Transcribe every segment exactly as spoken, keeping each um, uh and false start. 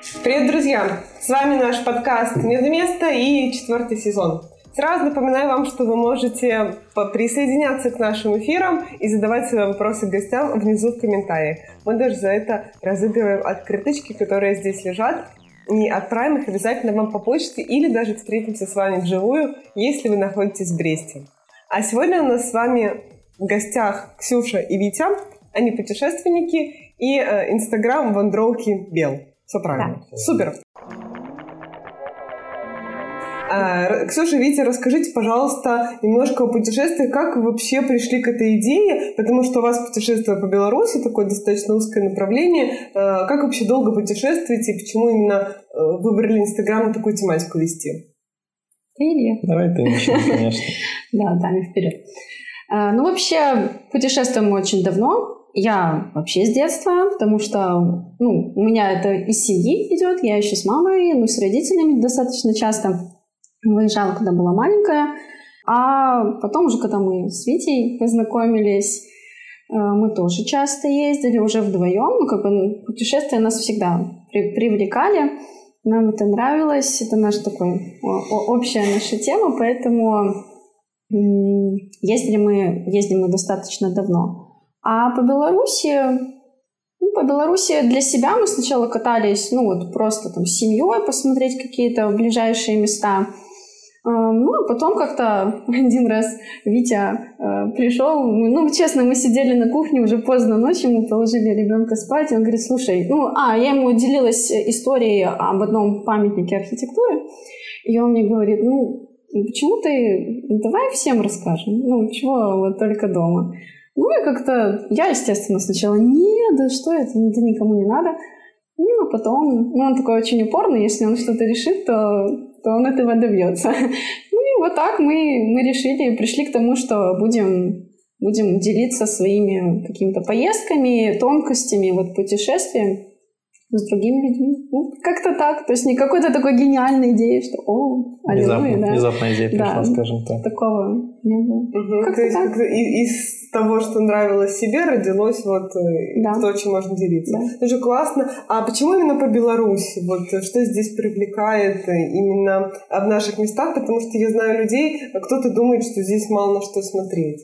Привет, друзья! С вами наш подкаст «Междуместо» и четвертый сезон. Сразу напоминаю вам, что вы можете присоединяться к нашим эфирам и задавать свои вопросы гостям внизу в комментариях. Мы даже за это разыгрываем открыточки, которые здесь лежат, и отправим их обязательно вам по почте или даже встретимся с вами вживую, если вы находитесь в Бресте. А сегодня у нас с вами в гостях Ксюша и Витя. Они путешественники и инстаграм э, Вандровки Бел. Все правильно. Да. Супер. А, Ксюша, Витя, расскажите, пожалуйста, немножко о путешествиях. Как вы вообще пришли к этой идее? Потому что у вас путешествие по Беларуси, такое достаточно узкое направление. А, как вообще долго путешествуете и почему именно выбрали инстаграм на такую тематику вести? Привет. Давай ты начнем, конечно. Да, даме вперед. Ну, вообще, путешествуем мы очень давно. Я вообще с детства, потому что ну, у меня это из семьи идет. Я еще с мамой, ну, с родителями достаточно часто выезжала, когда была маленькая. А потом уже, когда мы с Витей познакомились, мы тоже часто ездили уже вдвоем. Ну, как бы путешествия нас всегда при- привлекали. Нам это нравилось. Это наша такой общая наша тема, поэтому ездили мы, ездим мы достаточно давно. А по Беларуси, ну, по Беларуси для себя мы сначала катались, ну, вот просто там с семьей посмотреть какие-то ближайшие места. Ну, а потом как-то один раз Витя э, пришел, ну, честно, мы сидели на кухне уже поздно ночью, мы положили ребенка спать, и он говорит, слушай, ну, а, я ему делилась историей об одном памятнике архитектуры, и он мне говорит, ну, почему ты, давай всем расскажем, ну, чего вот только дома. Ну, и как-то, я, естественно, сначала, нет, да что это, это никому не надо. Ну, а потом, ну, он такой очень упорный, если он что-то решит, то, то он этого добьется. Ну, и вот так мы, мы решили, пришли к тому, что будем, будем делиться своими какими-то поездками, тонкостями, вот путешествиями с другими людьми. Ну, как-то так. То есть не какой-то такой гениальной идеи, что о, аллилуйя, да. Внезапная идея пришла, да, скажем так. Такого не было. Угу. То есть как-то из того, что нравилось себе, родилось вот да. то, чем можно делиться. Да. Это же классно. А почему именно по Беларуси? Вот что здесь привлекает именно в наших местах? Потому что я знаю людей, кто-то думает, что здесь мало на что смотреть.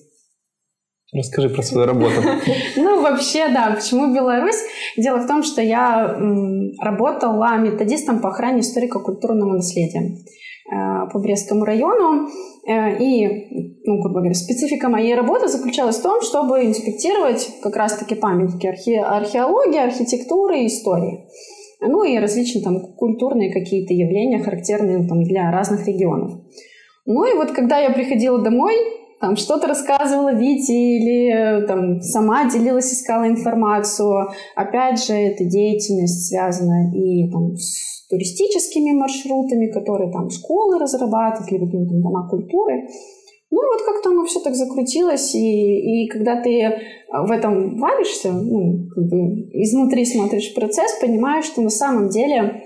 Расскажи про свою работу. Ну, вообще, да. Почему Беларусь? Дело в том, что я м, работала методистом по охране историко-культурного наследия э, по Брестскому району. Э, и, ну, грубо говоря, специфика моей работы заключалась в том, чтобы инспектировать как раз-таки памятники архе- археологии, архитектуры и истории. Ну, и различные там культурные какие-то явления, характерные там, для разных регионов. Ну, и вот когда я приходила домой, там что-то рассказывала Вите или там сама делилась, искала информацию. Опять же, эта деятельность связана и там с туристическими маршрутами, которые там школы разрабатывают, либо какие-то дома культуры. Ну и вот как-то оно все так закрутилось, и, и когда ты в этом варишься, ну, как бы изнутри смотришь процесс, понимаешь, что на самом деле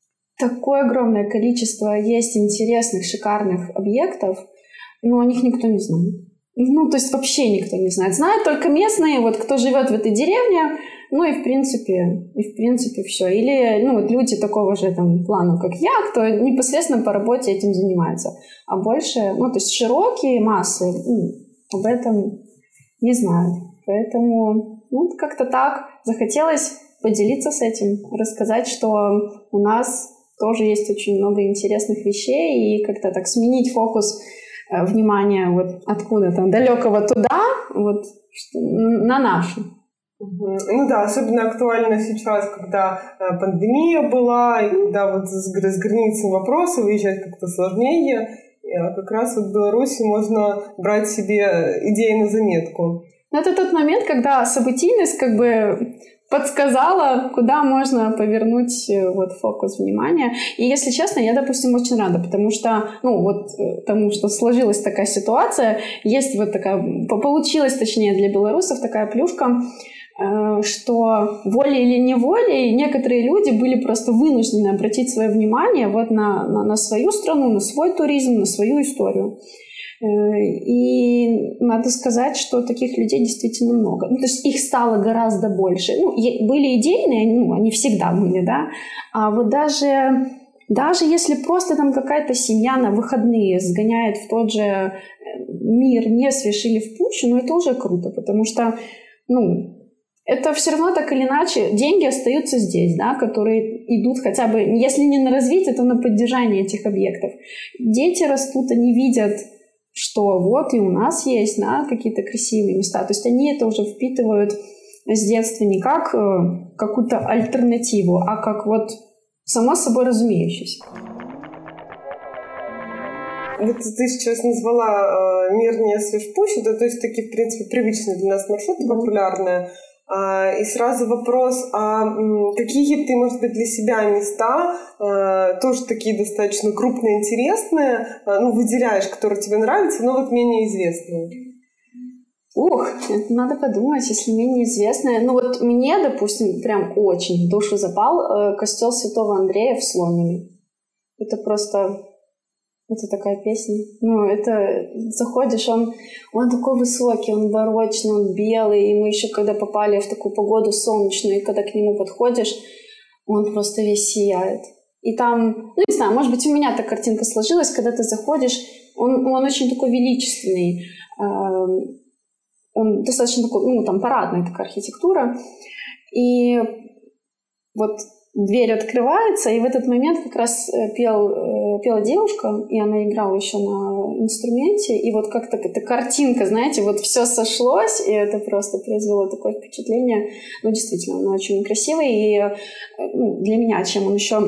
такое огромное количество есть интересных, шикарных объектов, но о них никто не знает. Ну, то есть вообще никто не знает. Знают только местные, вот кто живет в этой деревне, ну и в принципе, и в принципе все. Или ну, вот люди такого же там плана, как я, кто непосредственно по работе этим занимается. А больше, ну, то есть широкие массы ну, об этом не знают. Поэтому ну, как-то так захотелось поделиться с этим, рассказать, что у нас тоже есть очень много интересных вещей, и как-то так сменить фокус внимание вот откуда-то далекого туда, вот на нашу. Угу. Ну да, особенно актуально сейчас, когда пандемия была, и когда вот с границей вопросы выезжать как-то сложнее, как раз вот в Беларуси можно брать себе идеи на заметку. Это тот момент, когда событийность как бы подсказала, куда можно повернуть вот, фокус внимания. И, если честно, я, допустим, очень рада, потому что, ну, вот тому, что сложилась такая ситуация, есть вот такая, получилась, точнее, для белорусов такая плюшка, что волей или неволей некоторые люди были просто вынуждены обратить свое внимание вот на, на, на свою страну, на свой туризм, на свою историю. И надо сказать, что таких людей действительно много. Ну, то есть их стало гораздо больше. Ну, были идейные, ну, они всегда были, да. А вот даже, даже если просто там какая-то семья на выходные сгоняет в тот же мир Несвиж или в Пущу, ну, это уже круто, потому что, ну, это все равно так или иначе деньги остаются здесь, да, которые идут хотя бы, если не на развитие, то на поддержание этих объектов. Дети растут, они видят, что вот и у нас есть, да, какие-то красивые места. То есть они это уже впитывают с детства не как э, какую-то альтернативу, а как вот само собой разумеющееся. Вот ты сейчас назвала э, мир Несвиж Пущу, да, то есть такие, в принципе, привычные для нас маршруты, mm-hmm. популярные. А, и сразу вопрос, а м, какие ты, может быть, для себя места, а, тоже такие достаточно крупные, интересные, а, ну, выделяешь, которые тебе нравятся, но вот менее известные? Ух, это надо подумать, если менее известное. Ну вот мне, допустим, прям очень в душу запал э, костел Святого Андрея в Слонине. Это просто... Это такая песня. Ну, это заходишь, он, он такой высокий, он барочный, он белый. И мы еще когда попали в такую погоду солнечную, и когда к нему подходишь, он просто весь сияет. И там, ну, не знаю, может быть, у меня так картинка сложилась, когда ты заходишь, он, он очень такой величественный. Он достаточно такой, ну, там парадная такая архитектура. И вот дверь открывается, и в этот момент как раз пел, пела девушка, и она играла еще на инструменте, и вот как-то эта картинка, знаете, вот все сошлось, и это просто произвело такое впечатление. Ну, действительно, он очень красивый, и ну, для меня, чем он еще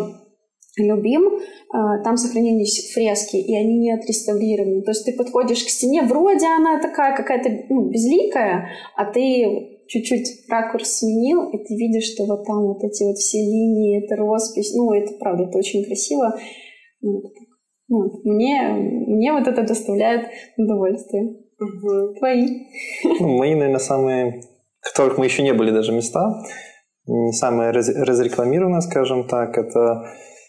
любим, там сохранились фрески, и они не отреставрированы. То есть ты подходишь к стене, вроде она такая какая-то ну, безликая, а ты чуть-чуть ракурс сменил, и ты видишь, что вот там вот эти вот все линии, это роспись. Ну, это правда, это очень красиво. Ну, мне, мне вот это доставляет удовольствие. Угу. Твои? Ну, мои, наверное, самые, в которых мы еще не были даже места, не самые раз, разрекламированные, скажем так, это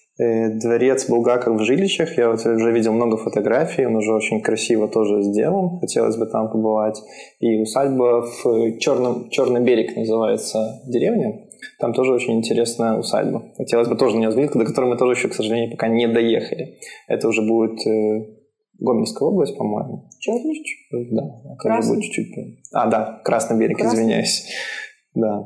дворец Булгаков в Жилищах. Я вот уже видел много фотографий, он уже очень красиво тоже сделан. Хотелось бы там побывать. И усадьба в Черном, Черный берег называется деревня. Там тоже очень интересная усадьба. Хотелось бы тоже на нее взглянуть, до которой мы тоже еще, к сожалению, пока не доехали. Это уже будет э, Гомельская область, по-моему. Черный? Да. Это будет чуть-чуть... А, да, Красный берег, Красный? Извиняюсь. Да.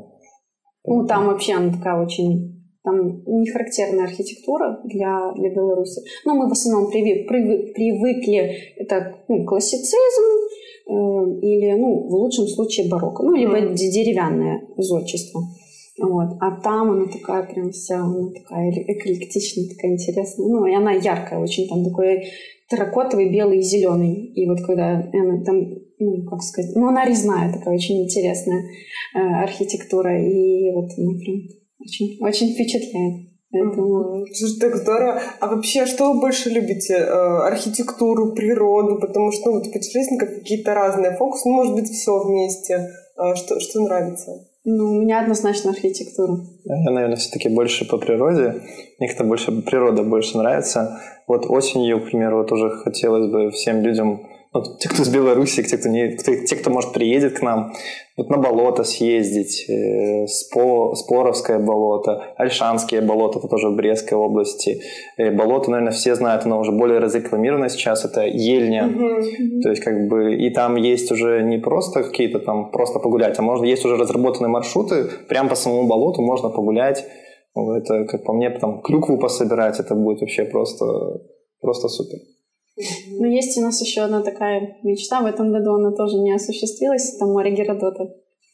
Ну, там вообще она такая очень... Там не характерная архитектура для, для Беларуси. Но мы в основном привык, привык, привыкли, это ну, классицизм э, или, ну, в лучшем случае барокко. Ну, либо mm-hmm. деревянное зодчество. Вот. А там она такая прям вся, она такая эклектичная, такая интересная. Ну, и она яркая очень, там такой терракотовый, белый и зеленый. И вот когда она там, ну, как сказать, ну, она резная такая, очень интересная э, архитектура. И вот она прям... Очень, очень впечатляет. Поэтому... Слушай, так здорово. А вообще, что вы больше любите? Архитектуру, природу? Потому что ну, вот путешественников какие-то разные фокусы. Ну, может быть, все вместе. Что, что нравится? Ну, у меня однозначно архитектура. Я, наверное, все-таки больше по природе. Мне как-то больше природа больше нравится. Вот осенью, к примеру, вот уже хотелось бы всем людям... Ну, те, кто из Беларуси, те, кто, не, кто, те, кто, может, приедет к нам, вот на болото съездить, э, Спо, Споровское болото, Ольшанские болота, это тоже в Брестской области. Э, болото, наверное, все знают, оно уже более разрекламировано сейчас, это Ельня. Mm-hmm. То есть, как бы, и там есть уже не просто какие-то там, просто погулять, а можно, есть уже разработанные маршруты, прямо по самому болоту можно погулять. Это, как по мне, там, клюкву пособирать, это будет вообще просто, просто супер. Ну, есть у нас еще одна такая мечта. В этом году она тоже не осуществилась. Это море Геродота.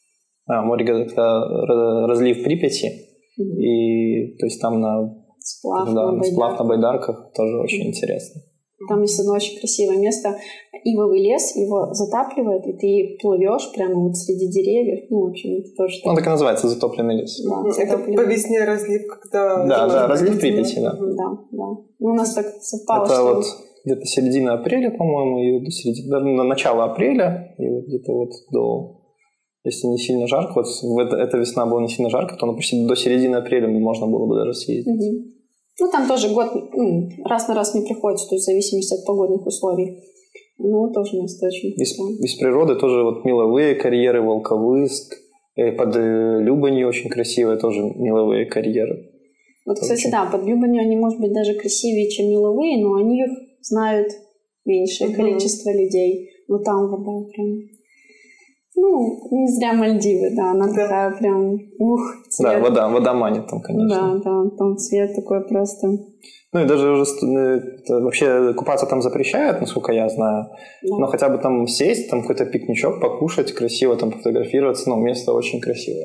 А, море Геродота — это разлив Припяти. Mm-hmm. И, то есть там на сплав, да, на, на сплав на байдарках тоже mm-hmm. очень интересно. Там есть одно очень красивое место. Ивовый лес, его затапливает, и ты плывешь прямо вот среди деревьев. Ну, в общем, это тоже... Он так и называется, затопленный лес. Да, это затопленный. По весне разлив, когда... Да, да, разлив Припяти, да. Да, да. Ну, у нас так совпало, это что... вот где-то середина апреля, по-моему, и до середины, до начала апреля, и вот где-то вот до... Если не сильно жарко, вот в это, эта весна была не сильно жарко, то ну, почти до середины апреля можно было бы даже съездить. Угу. Ну, там тоже год ну, раз на раз не приходится, то есть в зависимости от погодных условий. Ну, тоже место очень из, из природы тоже вот меловые карьеры, Волковыск, под Любанью очень красивые тоже меловые карьеры. Вот, кстати, да, под Любанью они, может быть, даже красивее, чем меловые, но они их знают меньшее mm-hmm. количество людей. Но там вода прям... Ну, не зря Мальдивы, да, она да. такая прям... Ух, цвет. Да, вода, вода манит там, конечно. Да, да, там цвет такой просто... Ну и даже уже вообще купаться там запрещают, насколько я знаю. Да. Но хотя бы там сесть, там какой-то пикничок, покушать красиво, там фотографироваться, ну, место очень красивое.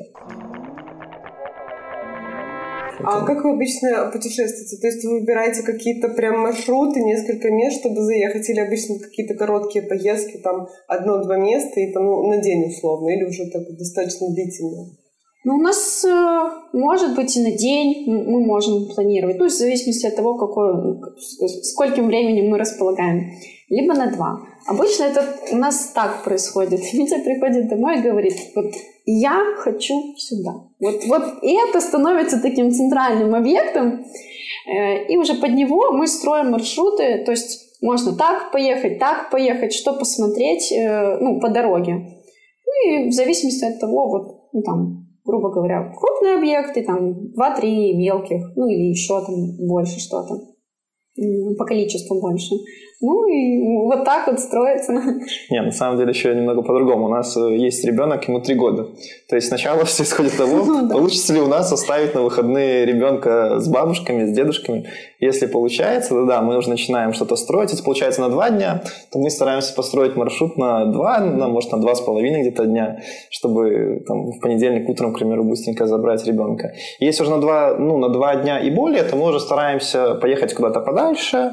А как вы обычно путешествуете? То есть вы выбираете какие-то прям маршруты, несколько мест, чтобы заехать, или обычно какие-то короткие поездки, там одно-два места и там ну, на день условно, или уже так достаточно длительно? Ну, у нас э, может быть и на день мы можем планировать, ну, в зависимости от того, какое, скольким временем мы располагаем. Либо на два. Обычно это у нас так происходит. Витя приходит домой и говорит, вот я хочу сюда. Вот, вот и это становится таким центральным объектом, э, и уже под него мы строим маршруты, то есть можно так поехать, так поехать, что посмотреть, э, ну, по дороге. Ну, и в зависимости от того, вот, ну, там, грубо говоря, крупные объекты, там, два-три мелких, ну, или еще там больше что-то, по количеству больше. Ну, и вот так вот строится. Не, на самом деле еще немного по-другому. У нас есть ребенок, ему три года. То есть сначала все исходит от того, получится ли у нас оставить на выходные ребенка с бабушками, с дедушками. Если получается, то да, мы уже начинаем что-то строить. Если получается на два дня, то мы стараемся построить маршрут на два, ну, может, на два с половиной где-то дня, чтобы там, в понедельник утром, к примеру, быстренько забрать ребенка. Если уже на два, ну, на два дня и более, то мы уже стараемся поехать куда-то подальше.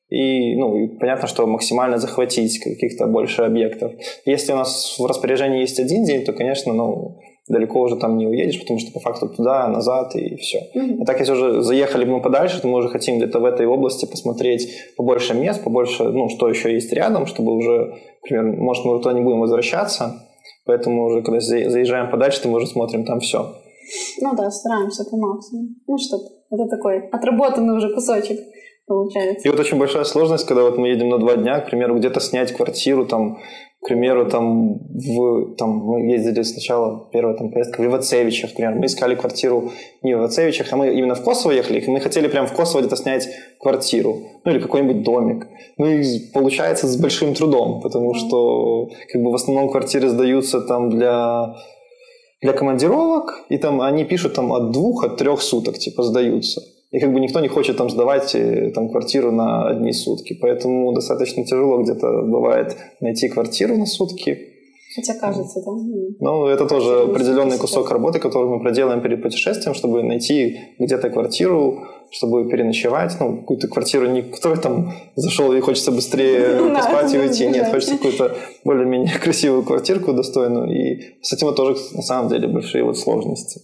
И, ну, и понятно, что максимально захватить каких-то больше объектов. Если у нас в распоряжении есть один день, то, конечно, ну, далеко уже там не уедешь, потому что по факту туда, назад и все. Mm-hmm. А так, если уже заехали мы подальше, то мы уже хотим где-то в этой области посмотреть побольше мест, побольше, ну, что еще есть рядом, чтобы уже, например, может, мы туда не будем возвращаться, поэтому уже, когда заезжаем подальше, то мы уже смотрим там все. Ну да, стараемся по максимуму. Ну, чтобы это такой отработанный уже кусочек. Получается. И вот очень большая сложность, когда вот мы едем на два дня, к примеру, где-то снять квартиру, там, к примеру, там, в, там мы ездили сначала, первая там поездка в Ивацевичах, к примеру, мы искали квартиру не в Ивацевичах, а мы именно в Косово ехали, и мы хотели прям в Косово где-то снять квартиру, ну или какой-нибудь домик. Ну и получается с большим трудом, потому что как бы в основном квартиры сдаются там для... для командировок, и там они пишут там от двух, от трех суток, типа, сдаются. И как бы никто не хочет там сдавать там квартиру на одни сутки. Поэтому достаточно тяжело где-то бывает найти квартиру на сутки. Хотя кажется, да. Ну, это тоже определенный кусок работы, который мы проделаем перед путешествием, чтобы найти где-то квартиру, чтобы переночевать. Ну, какую-то квартиру, не которой там зашел и хочется быстрее поспать и уйти. Нет, хочется какую-то более-менее красивую квартирку достойную. И с этим тоже, на самом деле, большие вот сложности.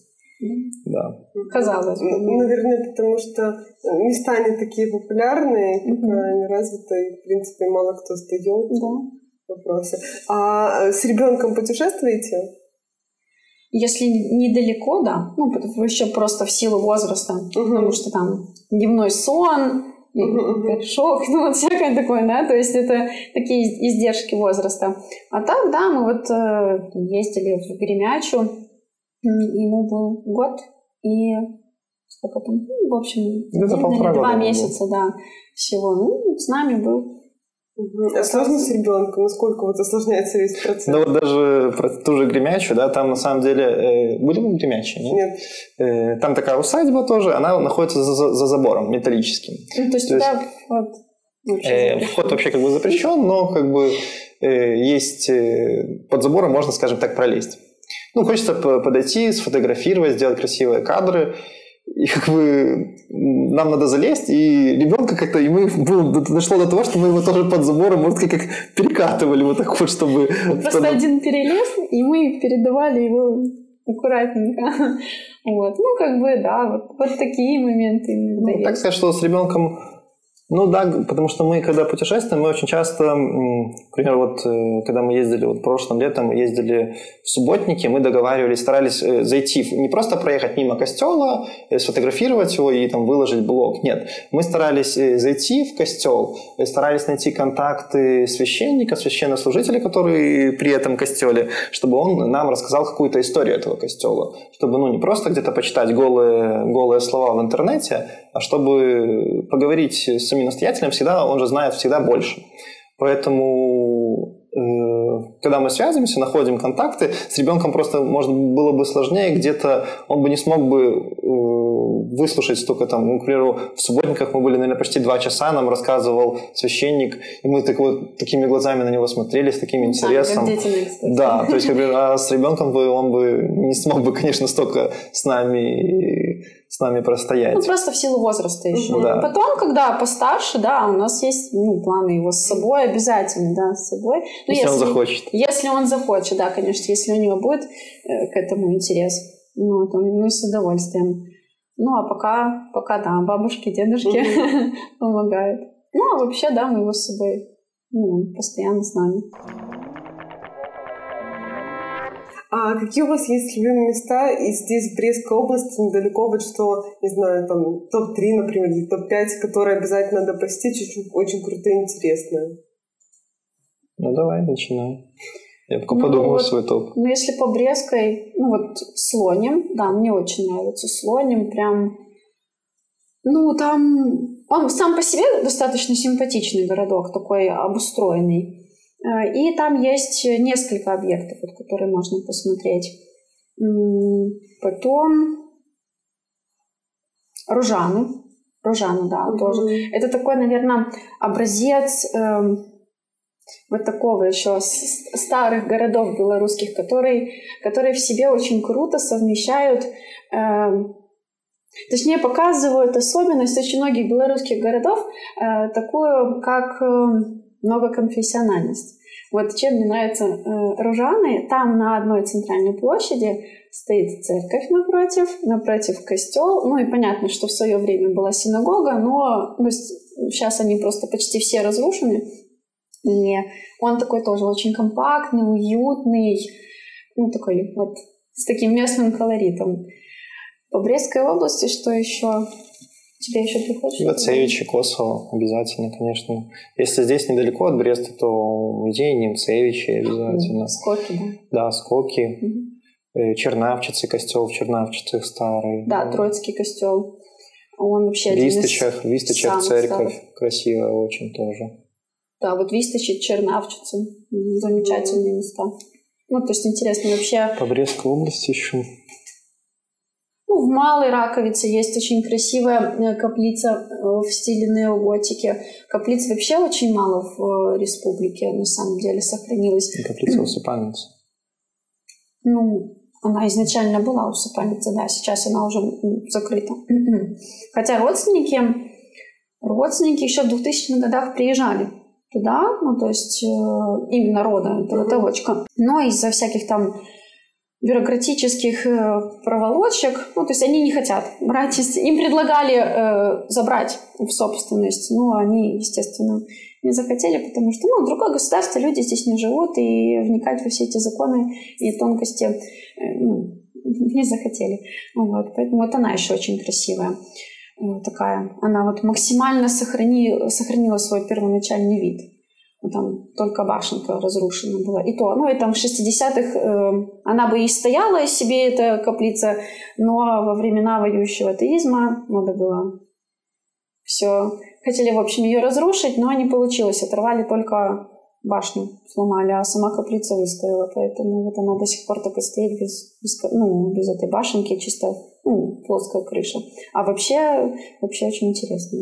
Да. Казалось бы. Наверное, потому что места не такие популярные, пока не развиты, и, в принципе, мало кто сдает да. вопросы. А с ребенком путешествуете? Если недалеко, да. Ну, еще просто в силу возраста. Uh-huh. Потому что там дневной сон, uh-huh. горшок, ну, вот всякое такое, да. То есть это такие издержки возраста. А так, да, мы вот э, ездили в Гремячу. Ему был год и сколько там, ну, в общем, два месяца, был. Да, всего. Ну, с нами был. Угу. А сложно с ребенком? Насколько вот осложняется весь процесс? Да вот даже про ту же Гремячу, да, там на самом деле... Э, были вы в Гремяче? Нет. Нет. Э, там такая усадьба тоже, она находится за, за забором металлическим. Ну, то есть туда вход вообще э, Вход вообще как бы запрещен, но как бы э, есть... Э, под забором можно, скажем так, пролезть. Ну, хочется подойти, сфотографировать, сделать красивые кадры. И как бы нам надо залезть, и ребенка как-то, и мы было, дошло до того, что мы его тоже под забором, может, как, как перекатывали вот так вот, чтобы... Просто чтобы... один перелез, и мы передавали его аккуратненько. Вот. Ну, как бы, да, вот, вот такие моменты. Ну, так сказать, что с ребенком Ну да, потому что мы, когда путешествуем, мы очень часто, например, вот когда мы ездили вот прошлым летом, мы ездили в Субботники, мы договаривались, старались зайти, не просто проехать мимо костела, сфотографировать его и там выложить блог, нет. Мы старались зайти в костел, старались найти контакты священника, священнослужителя, который при этом костеле, чтобы он нам рассказал какую-то историю этого костела, чтобы ну, не просто где-то почитать голые, голые слова в интернете, а чтобы поговорить с самим настоятелем, всегда, он же знает всегда больше. Поэтому, э, когда мы связываемся, находим контакты, с ребенком просто может, было бы сложнее, где-то он бы не смог бы э, выслушать столько там, ну, к примеру, в Субботниках мы были, наверное, почти два часа, нам рассказывал священник, и мы так вот такими глазами на него смотрели, с таким интересом. А, как дети, да, то есть, как бы, а с ребенком бы он бы не смог бы, конечно, столько с нами с нами простоять. Ну, просто в силу возраста еще. Да. Потом, когда постарше, да, у нас есть ну, планы его с собой, обязательно, да, с собой. Ну, если, если он захочет. Если он захочет, да, конечно, если у него будет э, к этому интерес. Ну, то мы с удовольствием. Ну, а пока, пока да, бабушки, дедушки mm-hmm. помогают. Ну, а вообще, да, мы его с собой, ну, постоянно с нами. А какие у вас есть любимые места и здесь, в Брестской области, недалеко, вот что, не знаю, там топ три, например, или топ пять, которые обязательно надо посетить, очень, очень крутые и интересные? Ну, давай, начинай. Я пока ну, подумаю вот, свой топ. Ну, если по Брестской, ну, вот Слоним, да, мне очень нравится Слоним, прям, ну, там, он сам по себе достаточно симпатичный городок, такой обустроенный. И там есть несколько объектов, вот, которые можно посмотреть. Потом Ружану. Ружану, да, mm-hmm. тоже. Это такой, наверное, образец э, вот такого еще старых городов белорусских, которые, которые в себе очень круто совмещают, э, точнее, показывают особенность очень многих белорусских городов, э, такую, как... Э, многоконфессиональность. Вот чем мне нравятся э, Ружаны, там на одной центральной площади стоит церковь напротив, напротив костел. Ну и понятно, что в свое время была синагога, но ну, сейчас они просто почти все разрушены. И он такой тоже очень компактный, уютный, ну такой вот с таким местным колоритом. По Брестской области что еще? Тебе еще приходится? Немцевичи, Косово обязательно, конечно. Если здесь недалеко от Бреста, то музей Немцевичи обязательно. Скоки, да? Да, Скоки. Угу. Чернавчицы, костел в Чернавчицах старый. Да, Троицкий костел. Он вообще один Висточах, из Висточах церковь старых. Красивая очень тоже. Да, вот Висточи, Чернавчицы. Замечательные угу. места. Ну, то есть интересно вообще... По Брестской области еще... Ну, в Малой Раковице есть очень красивая каплица в стиле неоготики. Каплиц вообще очень мало в республике, на самом деле, сохранилось. Каплица усыпальницы. Ну, она изначально была усыпальница, да, сейчас она уже закрыта. Хотя родственники, родственники еще в двухтысячных годах приезжали туда, ну, то есть именно рода этого толочка. Но из-за всяких там бюрократических э, проволочек, ну, то есть они не хотят брать, им предлагали э, забрать в собственность, но они, естественно, не захотели, потому что, ну, другое государство, люди здесь не живут, и вникать во все эти законы и тонкости э, ну, не захотели. Вот, поэтому вот она еще очень красивая э, такая, она вот максимально сохрани, сохранила свой первоначальный вид. Там только башенка разрушена была. И то, ну и там в шестидесятых э, она бы и стояла себе, эта каплица, но во времена воюющего атеизма надо было все. Хотели, в общем, ее разрушить, но не получилось. Оторвали только башню, сломали, а сама каплица выстояла. Поэтому вот она до сих пор так и стоит без, без, ну, без этой башенки, чисто ну, плоская крыша. А вообще, вообще очень интересно.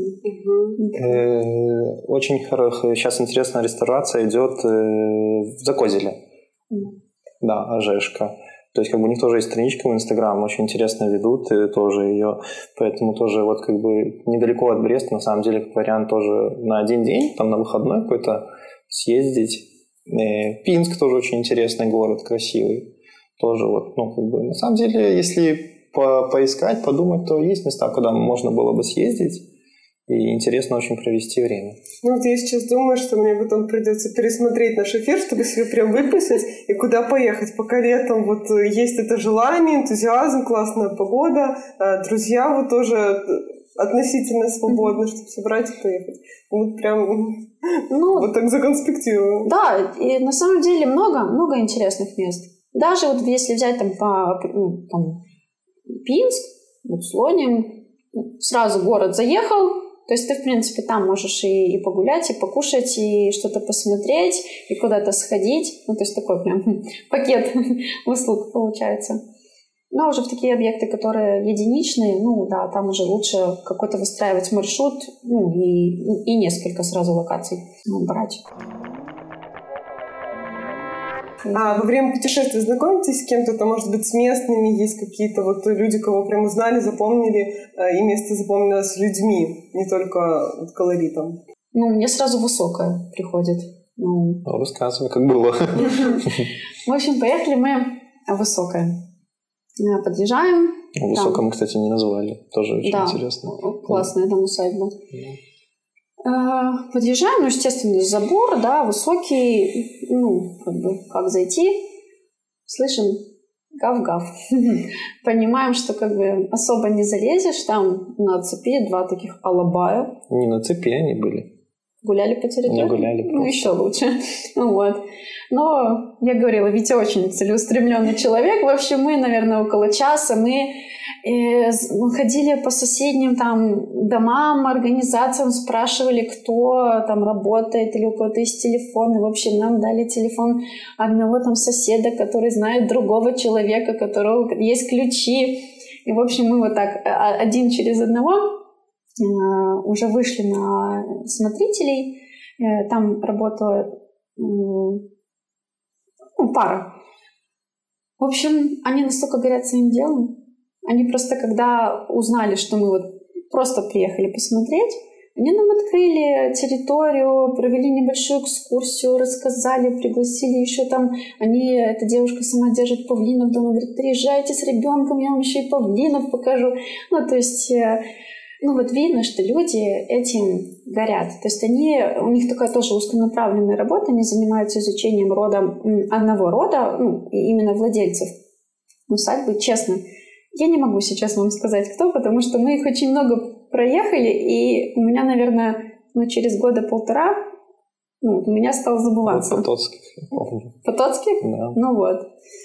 Угу. Очень хорошая, сейчас интересная реставрация идет в Закозеле. Mm. Да, Ожешка. То есть как бы у них тоже есть страничка в Инстаграм, очень интересно ведут и тоже ее, поэтому тоже вот как бы недалеко от Бреста, на самом деле, как вариант тоже на один день, там на выходной какой-то съездить. Пинск тоже очень интересный город, красивый. Тоже вот, ну как бы, на самом деле, если по поискать, подумать, то есть места, куда можно было бы съездить. и интересно очень провести время. Ну вот я сейчас думаю, что мне потом придется пересмотреть наш эфир, чтобы себе прям выписать и куда поехать. Пока летом вот есть это желание, энтузиазм, классная погода, друзья вот тоже относительно свободны, чтобы собрать и поехать. Вот прям ну, вот так законспектирую. Да, и на самом деле много, много интересных мест. Даже вот если взять там по ну, там, Пинск, вот Слоним, сразу город заехал, то есть ты, в принципе, там можешь и, и погулять, и покушать, и что-то посмотреть, и куда-то сходить. Ну, то есть такой прям пакет услуг получается. Но уже в такие объекты, которые единичные, ну да, там уже лучше какой-то выстраивать маршрут, ну и, и несколько сразу локаций брать. А во время путешествия знакомитесь с кем-то, то, может быть, с местными, есть какие-то вот люди, кого прям узнали, запомнили, и место запомнилось людьми, не только колоритом? Ну, мне сразу Высокое приходит. Ну, рассказывай, как было. В общем, поехали мы в Высокое. Подъезжаем. Высокое мы, кстати, не назвали. Тоже очень да, интересно. Классная там усадьба. Подъезжаем, ну, естественно, забор, да, высокий, ну, как бы, как зайти, слышим гав-гав. Понимаем, что, как бы, особо не залезешь, там на цепи два таких алабая. Не на цепи они были. Гуляли по территории? Не гуляли. Ну, просто. Еще лучше. Вот. Но, я говорила, Витя очень целеустремленный человек. В общем, мы, наверное, около часа, мы э, ходили по соседним там домам, организациям, спрашивали, кто там работает или у кого-то есть телефон. И, в общем, нам дали телефон одного там соседа, который знает другого человека, у которого есть ключи. И, в общем, мы вот так один через одного уже вышли на смотрителей. Там работала ну, пара. В общем, они настолько горят своим делом. Они просто, когда узнали, что мы вот просто приехали посмотреть, они нам открыли территорию, провели небольшую экскурсию, рассказали, пригласили еще там. Они, эта девушка сама держит павлинов дома, говорит, приезжайте с ребенком, я вам еще и павлинов покажу. Ну, то есть... Ну вот видно, что люди этим горят. То есть они, у них такая тоже узконаправленная работа, они занимаются изучением рода одного рода, ну, именно владельцев усадьбы. Честно, я не могу сейчас вам сказать, кто, потому что мы их очень много проехали, и у меня, наверное, ну, через года полтора ну, у меня стало забываться. Потоцких, я помню. Потоцких? Да. Ну вот.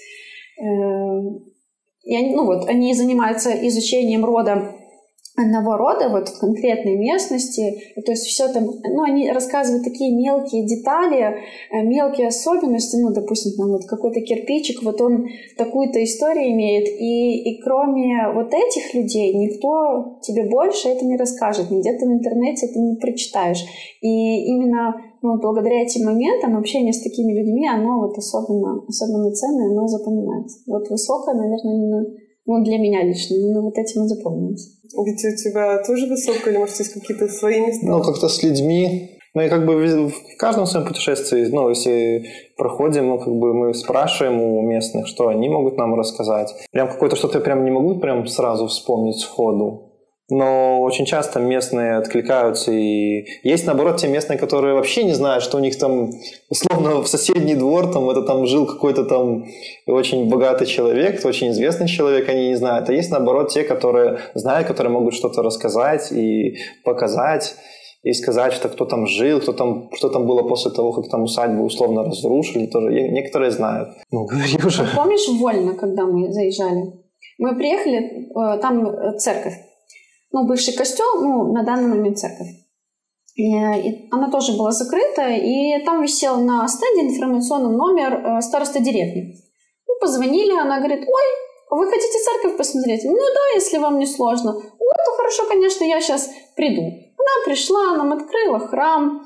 И они, ну вот, они занимаются изучением рода одного рода вот в конкретной местности, то есть все там, ну, они рассказывают такие мелкие детали, мелкие особенности, ну, допустим, там вот какой-то кирпичик, вот он такую-то историю имеет, и, и кроме вот этих людей никто тебе больше это не расскажет, нигде ты в интернете это не прочитаешь, и именно ну, благодаря этим моментам общение с такими людьми, оно вот особенно, особенно ценное, оно запоминается. Вот Высокое, наверное, именно ну, для меня лично, именно вот этим и запомнилось. Ведь у тебя тоже Высокое, или, может, есть какие-то свои места? Ну, как-то с людьми. Мы как бы в каждом своем путешествии, ну, если проходим, ну, как бы мы спрашиваем у местных, что они могут нам рассказать. Прям какое-то что-то я прям не могу прям сразу вспомнить сходу. Но очень часто местные откликаются, и есть, наоборот, те местные, которые вообще не знают, что у них там, условно, в соседний двор, там, это там жил какой-то там очень богатый человек, очень известный человек, они не знают. А есть, наоборот, те, которые знают, которые могут что-то рассказать и показать, и сказать, что кто там жил, кто там, что там было после того, как там усадьбу условно разрушили, тоже некоторые знают. Ну, говори уже. Помнишь в Вольно, когда мы заезжали? Мы приехали, там церковь. Ну, бывший костел, ну, на данный момент церковь. И, и она тоже была закрыта, и там висел на стенде информационный номер э, староста деревни. Мы позвонили, она говорит, ой, вы хотите церковь посмотреть? Ну да, если вам не сложно. Ну, то хорошо, конечно, я сейчас приду. Она пришла, нам открыла храм.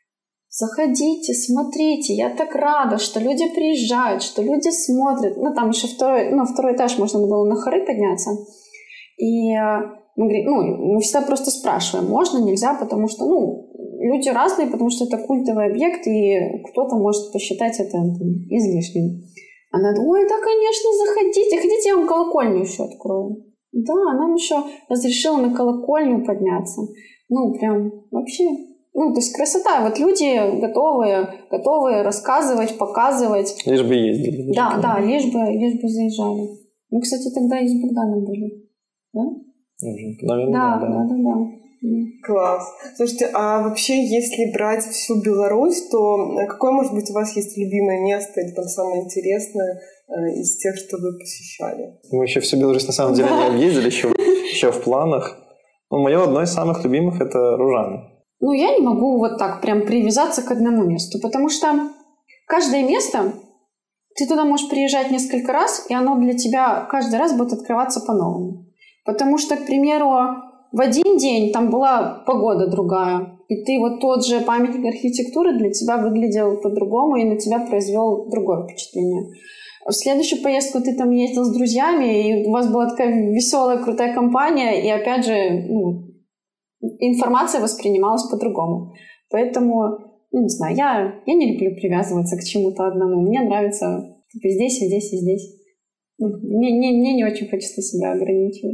Заходите, смотрите, я так рада, что люди приезжают, что люди смотрят. Ну, там еще второй, ну, второй этаж можно было на хоры подняться. И... Мы, говорим, ну, мы всегда просто спрашиваем, можно, нельзя, потому что, ну, люди разные, потому что это культовый объект, и кто-то может посчитать это там, излишним. Она говорит, ой, да, конечно, заходите, хотите, я вам колокольню еще открою. Да, она нам еще разрешила на колокольню подняться. Ну, прям вообще... Ну, то есть красота. Вот люди готовые, готовые рассказывать, показывать. Лишь бы ездили. Да, да, лишь бы, лишь бы заезжали. Мы, кстати, тогда из Богдана были. Да? Наверное, да, да. да, да, да. Класс. Слушайте, а вообще, если брать всю Беларусь, то какое, может быть, у вас есть любимое место или там самое интересное из тех, что вы посещали? Мы еще всю Беларусь на самом деле да. не объездили, еще, еще в планах. Но мое одно из самых любимых — это Ружаны. Ну, я не могу вот так прям привязаться к одному месту, потому что каждое место, ты туда можешь приезжать несколько раз, и оно для тебя каждый раз будет открываться по-новому. Потому что, к примеру, в один день там была погода другая, и ты вот тот же памятник архитектуры для тебя выглядел по-другому и на тебя произвел другое впечатление. В следующую поездку ты там ездил с друзьями, и у вас была такая веселая, крутая компания, и опять же, ну, информация воспринималась по-другому. Поэтому, ну, не знаю, я, я не люблю привязываться к чему-то одному. Мне нравится типа, здесь, и здесь, и здесь. Мне, мне, мне не очень хочется себя ограничивать.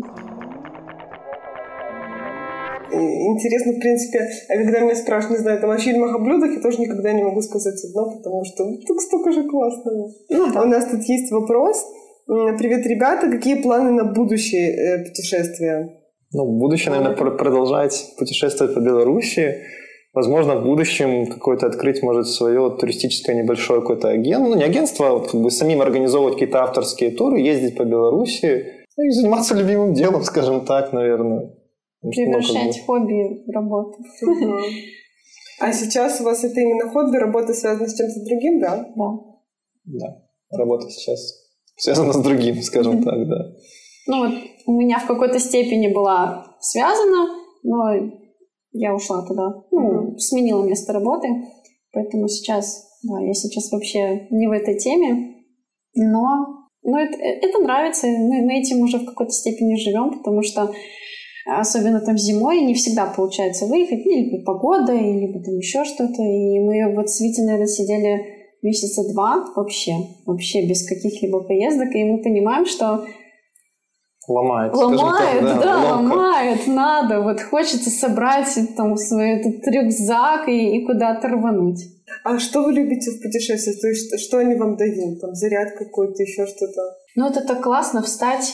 Интересно, в принципе, когда меня спрашивают, не знаю, там о фильмах, о блюдах, я тоже никогда не могу сказать одно, потому что тут столько же классного. Ну, да. У нас тут есть вопрос. Привет, ребята, какие планы на будущее э, путешествия? Ну, в будущем, наверное, пр- продолжать путешествовать по Беларуси. Возможно, в будущем какое-то открыть, может, свое туристическое небольшое какое-то агентство. Ну, не агентство, а вот как бы самим организовывать какие-то авторские туры, ездить по Беларуси ну, и заниматься любимым делом, скажем так, наверное. Превращать хобби в работу. А сейчас у вас это именно хобби, работа связана с чем-то другим, да? Да. Да, работа сейчас связана с другим, скажем так, да. Ну вот у меня в какой-то степени была связана, но я ушла туда, ну, mm-hmm. сменила место работы, поэтому сейчас, да, я сейчас вообще не в этой теме, но, но это, это нравится, мы, мы этим уже в какой-то степени живем, потому что особенно там зимой не всегда получается выехать, ну, либо погода, либо там еще что-то, и мы вот с Витей, наверное, сидели месяца два вообще, вообще без каких-либо поездок, и мы понимаем, что Ломает. Ломает, так, да, да, ломает, надо. Вот хочется собрать там свой этот рюкзак и, и куда-то рвануть. А что вы любите в путешествиях? То есть что они вам дают? Там заряд какой-то, еще что-то? Ну, это так классно встать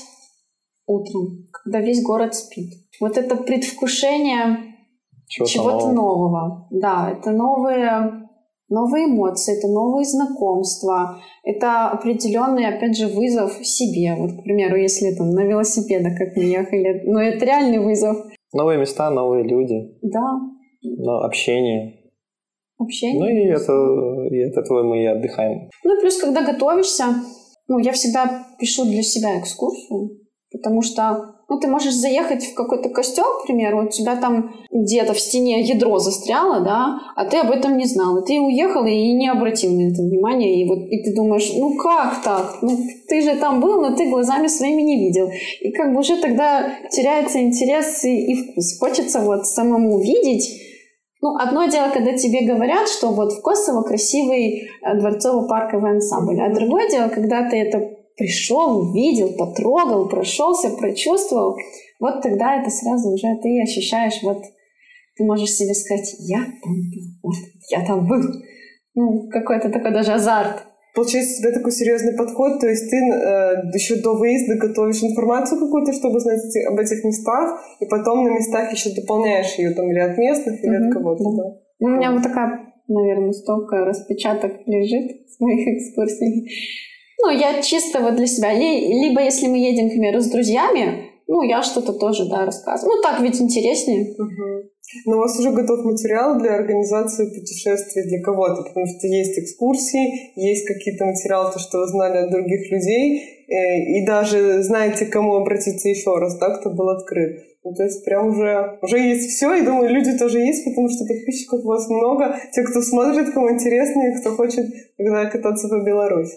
утром, когда весь город спит. Вот это предвкушение чего-то, чего-то нового. нового. Да, это новые... Новые эмоции, это новые знакомства, это определенный, опять же, вызов себе. Вот, к примеру, если там на велосипедах, как мы ехали, ну, это реальный вызов. Новые места, новые люди. Да. Но общение. Общение. Ну, и, это, и от этого мы и отдыхаем. Ну, и плюс, когда готовишься, ну, я всегда пишу для себя экскурсию, потому что ну, ты можешь заехать в какой-то костел, к примеру, у тебя там где-то в стене ядро застряло, да, а ты об этом не знал. И ты уехал и не обратил на это внимания. И, вот, и ты думаешь, ну как так? Ну, ты же там был, но ты глазами своими не видел. И как бы уже тогда теряется интерес и, и вкус. Хочется вот самому видеть. Ну, одно дело, когда тебе говорят, что вот в Косово красивый дворцово-парковый ансамбль, а другое дело, когда ты это пришел, увидел, потрогал, прошелся, прочувствовал, вот тогда это сразу уже ты ощущаешь, вот ты можешь себе сказать, я там был, вот, я там был. Ну, какой-то такой даже азарт. Получается, у тебя такой серьезный подход, то есть ты э, еще до выезда готовишь информацию какую-то, чтобы знать об этих местах, и потом на местах еще дополняешь ее там или от местных, или mm-hmm. от кого-то. Да. Да. У меня вот такая, наверное, столько распечаток лежит с моих экскурсий. Ну, я чисто вот для себя. Либо если мы едем, к примеру, с друзьями, ну, я что-то тоже, да, рассказываю. Ну, так ведь интереснее. Угу. Но у вас уже готов материал для организации путешествий для кого-то, потому что есть экскурсии, есть какие-то материалы, то, что вы знали от других людей, и даже знаете, к кому обратиться еще раз, да, кто был открыт. Ну, то есть прям уже, уже есть все, и думаю, люди тоже есть, потому что подписчиков у вас много, те, кто смотрит, кому интересно, и кто хочет когда кататься по Беларуси.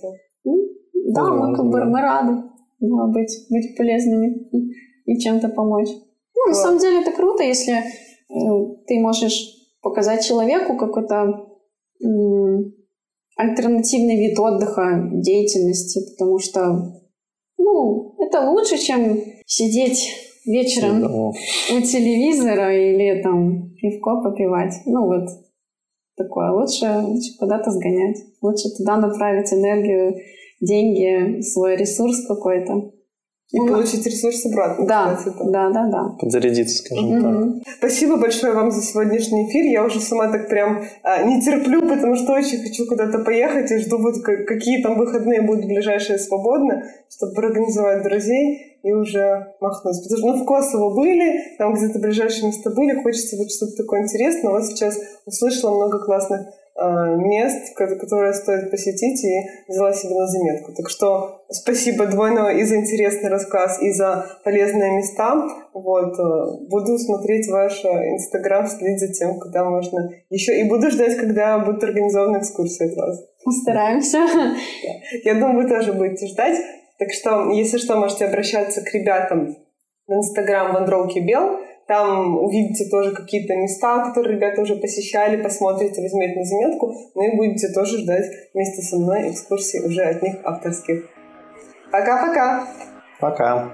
Да, мы как бы мы рады быть, быть полезными и чем-то помочь. Ну, на самом деле это круто, если э, ты можешь показать человеку какой-то э, альтернативный вид отдыха, деятельности, потому что ну, это лучше, чем сидеть вечером у телевизора или там пивко попивать. Ну вот такое. Лучше, лучше куда-то сгонять. Лучше туда направить энергию, деньги, свой ресурс какой-то. И ну, получить ресурс обратно. Да, кстати, да, да, да. Подзарядиться, скажем mm-hmm. так. Спасибо большое вам за сегодняшний эфир. Я уже сама так прям а, не терплю, потому что очень хочу куда-то поехать и жду, вот, какие там выходные будут ближайшие свободно, чтобы организовать друзей и уже махнуть. Потому что ну, в Косово были, там где-то ближайшие места были, хочется вот что-то такое интересное. Вот сейчас услышала много классных мест, которые стоит посетить, и взяла себе на заметку. Так что спасибо двойное и за интересный рассказ, и за полезные места. Вот. Буду смотреть ваш Инстаграм, следить за тем, куда можно еще. И буду ждать, когда будут организованы экскурсии от вас. Постараемся. Я думаю, вы тоже будете ждать. Так что, если что, можете обращаться к ребятам в Инстаграм Вандроуки Бел. Там увидите тоже какие-то места, которые ребята уже посещали, посмотрите, возьмете на заметку, ну и будете тоже ждать вместе со мной экскурсий уже от них авторских. Пока-пока! Пока!